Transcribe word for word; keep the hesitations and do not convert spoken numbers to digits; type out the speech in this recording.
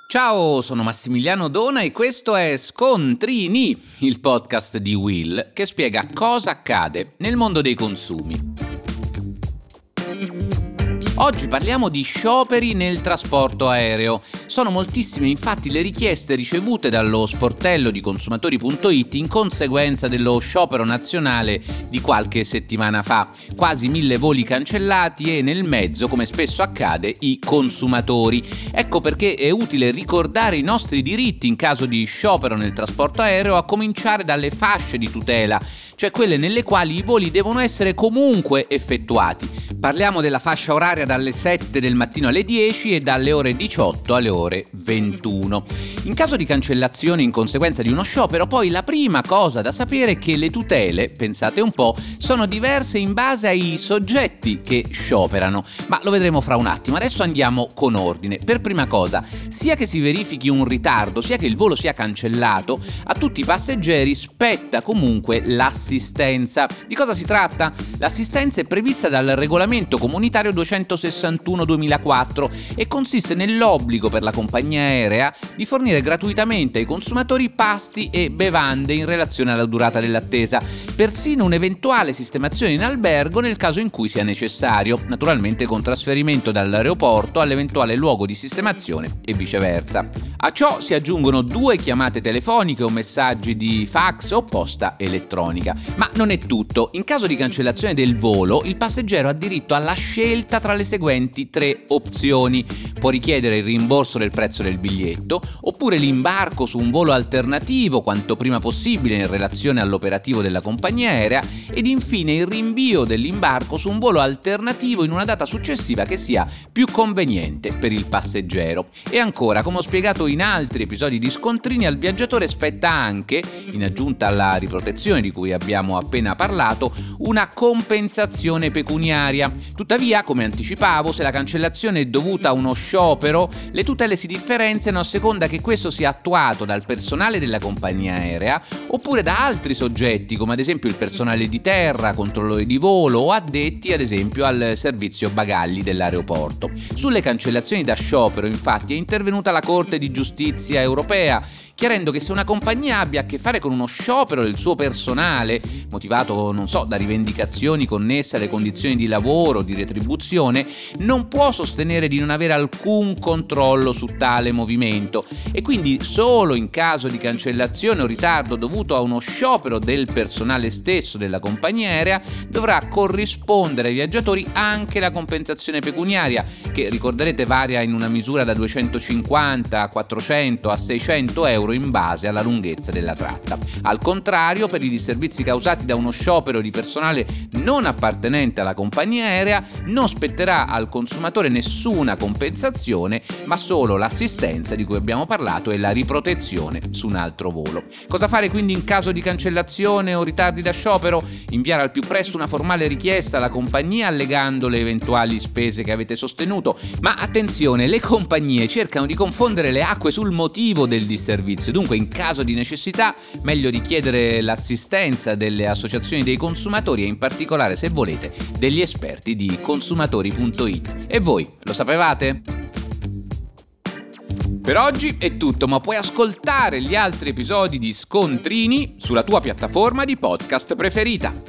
Ciao, sono Massimiliano Dona e questo è Scontrini, il podcast di Will che spiega cosa accade nel mondo dei consumi. Oggi parliamo di scioperi nel trasporto aereo. Sono moltissime infatti le richieste ricevute dallo sportello di consumatori punto it in conseguenza dello sciopero nazionale di qualche settimana fa. Quasi mille voli cancellati e nel mezzo, come spesso accade, i consumatori. Ecco perché è utile ricordare i nostri diritti in caso di sciopero nel trasporto aereo, a cominciare dalle fasce di tutela, cioè quelle nelle quali i voli devono essere comunque effettuati. Parliamo della fascia oraria dalle sette del mattino alle dieci e dalle ore diciotto alle ore ventuno. In caso di cancellazione in conseguenza di uno sciopero, poi la prima cosa da sapere è che le tutele, pensate un po', sono diverse in base ai soggetti che scioperano, ma lo vedremo fra un attimo. Adesso andiamo con ordine. Per prima cosa, sia che si verifichi un ritardo, sia che il volo sia cancellato, a tutti i passeggeri spetta comunque l'assistenza. Di cosa si tratta? L'assistenza è prevista dal regolamento comunitario duecentosessantuno duemilaquattro e consiste nell'obbligo per la compagnia aerea di fornire gratuitamente ai consumatori pasti e bevande in relazione alla durata dell'attesa, persino un'eventuale sistemazione in albergo nel caso in cui sia necessario, naturalmente con trasferimento dall'aeroporto all'eventuale luogo di sistemazione e viceversa. A ciò si aggiungono due chiamate telefoniche o messaggi di fax o posta elettronica. Ma non è tutto. In caso di cancellazione del volo, il passeggero ha diritto alla scelta tra le seguenti tre opzioni. Può richiedere il rimborso del prezzo del biglietto, oppure l'imbarco su un volo alternativo quanto prima possibile in relazione all'operativo della compagnia aerea, ed infine il rinvio dell'imbarco su un volo alternativo in una data successiva che sia più conveniente per il passeggero. E ancora, come ho spiegato in altri episodi di Scontrini, al viaggiatore spetta anche, in aggiunta alla riprotezione di cui abbiamo appena parlato, una compensazione pecuniaria. Tuttavia, come anticipavo, se la cancellazione è dovuta a uno sciopero, le tutele si differenziano a seconda che questo sia attuato dal personale della compagnia aerea oppure da altri soggetti, come ad esempio il personale di terra, controllori di volo o addetti ad esempio al servizio bagagli dell'aeroporto. Sulle cancellazioni da sciopero, infatti, è intervenuta la Corte di Giustizia europea, chiarendo che se una compagnia abbia a che fare con uno sciopero del suo personale, motivato, non so, da rivendicazioni connesse alle condizioni di lavoro, di retribuzione, non può sostenere di non avere alcun controllo su tale movimento e quindi solo in caso di cancellazione o ritardo dovuto a uno sciopero del personale stesso della compagnia aerea dovrà corrispondere ai viaggiatori anche la compensazione pecuniaria, che ricorderete varia in una misura da duecentocinquanta a quattrocento a seicento euro in base alla lunghezza della tratta. Al contrario, per i disservizi causati da uno sciopero di personale non appartenente alla compagnia aerea non spetterà al consumatore nessuna compensazione, ma solo l'assistenza di cui abbiamo parlato e la riprotezione su un altro volo. Cosa fare quindi in caso di cancellazione o ritardi da sciopero? Inviare al più presto una formale richiesta alla compagnia allegando le eventuali spese che avete sostenuto, ma attenzione, le compagnie cercano di confondere le acque sul motivo del disservizio. Dunque, in caso di necessità, meglio richiedere l'assistenza delle associazioni dei consumatori e in particolare, se volete, degli esperti di consumatori punto it. E voi, lo sapevate? Per oggi è tutto, ma puoi ascoltare gli altri episodi di Scontrini sulla tua piattaforma di podcast preferita.